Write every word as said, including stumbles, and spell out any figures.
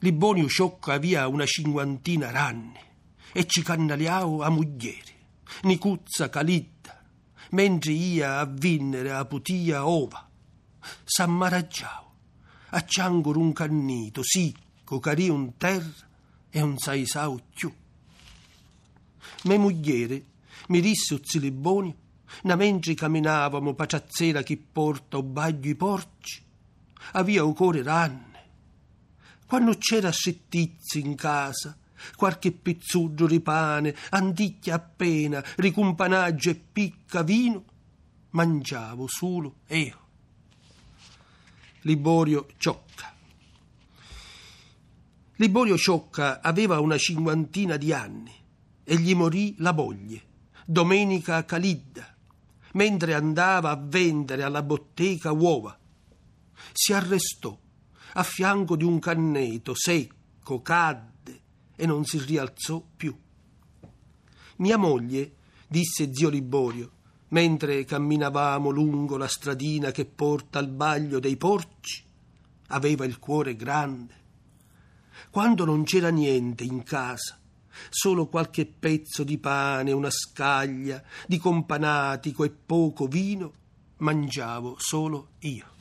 Libonio sciocca avia una cinquantina d'anni e ci cannaliavo a mugliere, Nicuzza Calidda, mentre ia a vinnere a putia ova. S'ammaraggiavo, a ciangor un cannito, sicco, carì un terra e un saisau chiù. Me mugliere mi disse uzzi Libonio, na mentre camminavamo paciazzera chi porta o baglio i porci, avia o core ranne. Quando c'era scittizzi in casa, qualche pizzuggio di pane, anticchia appena, ricumpanaggio e picca vino, mangiavo solo io. Liborio Ciocca. Liborio Ciocca aveva una cinquantina di anni e gli morì la moglie, Domenica Calidda, mentre andava a vendere alla bottega uova. Si arrestò a fianco di un canneto secco, cadde e non si rialzò più. Mia moglie, disse zio Liborio, mentre camminavamo lungo la stradina che porta al baglio dei porci, aveva il cuore grande. Quando non c'era niente in casa, solo qualche pezzo di pane, una scaglia di companatico e poco vino, mangiavo solo io.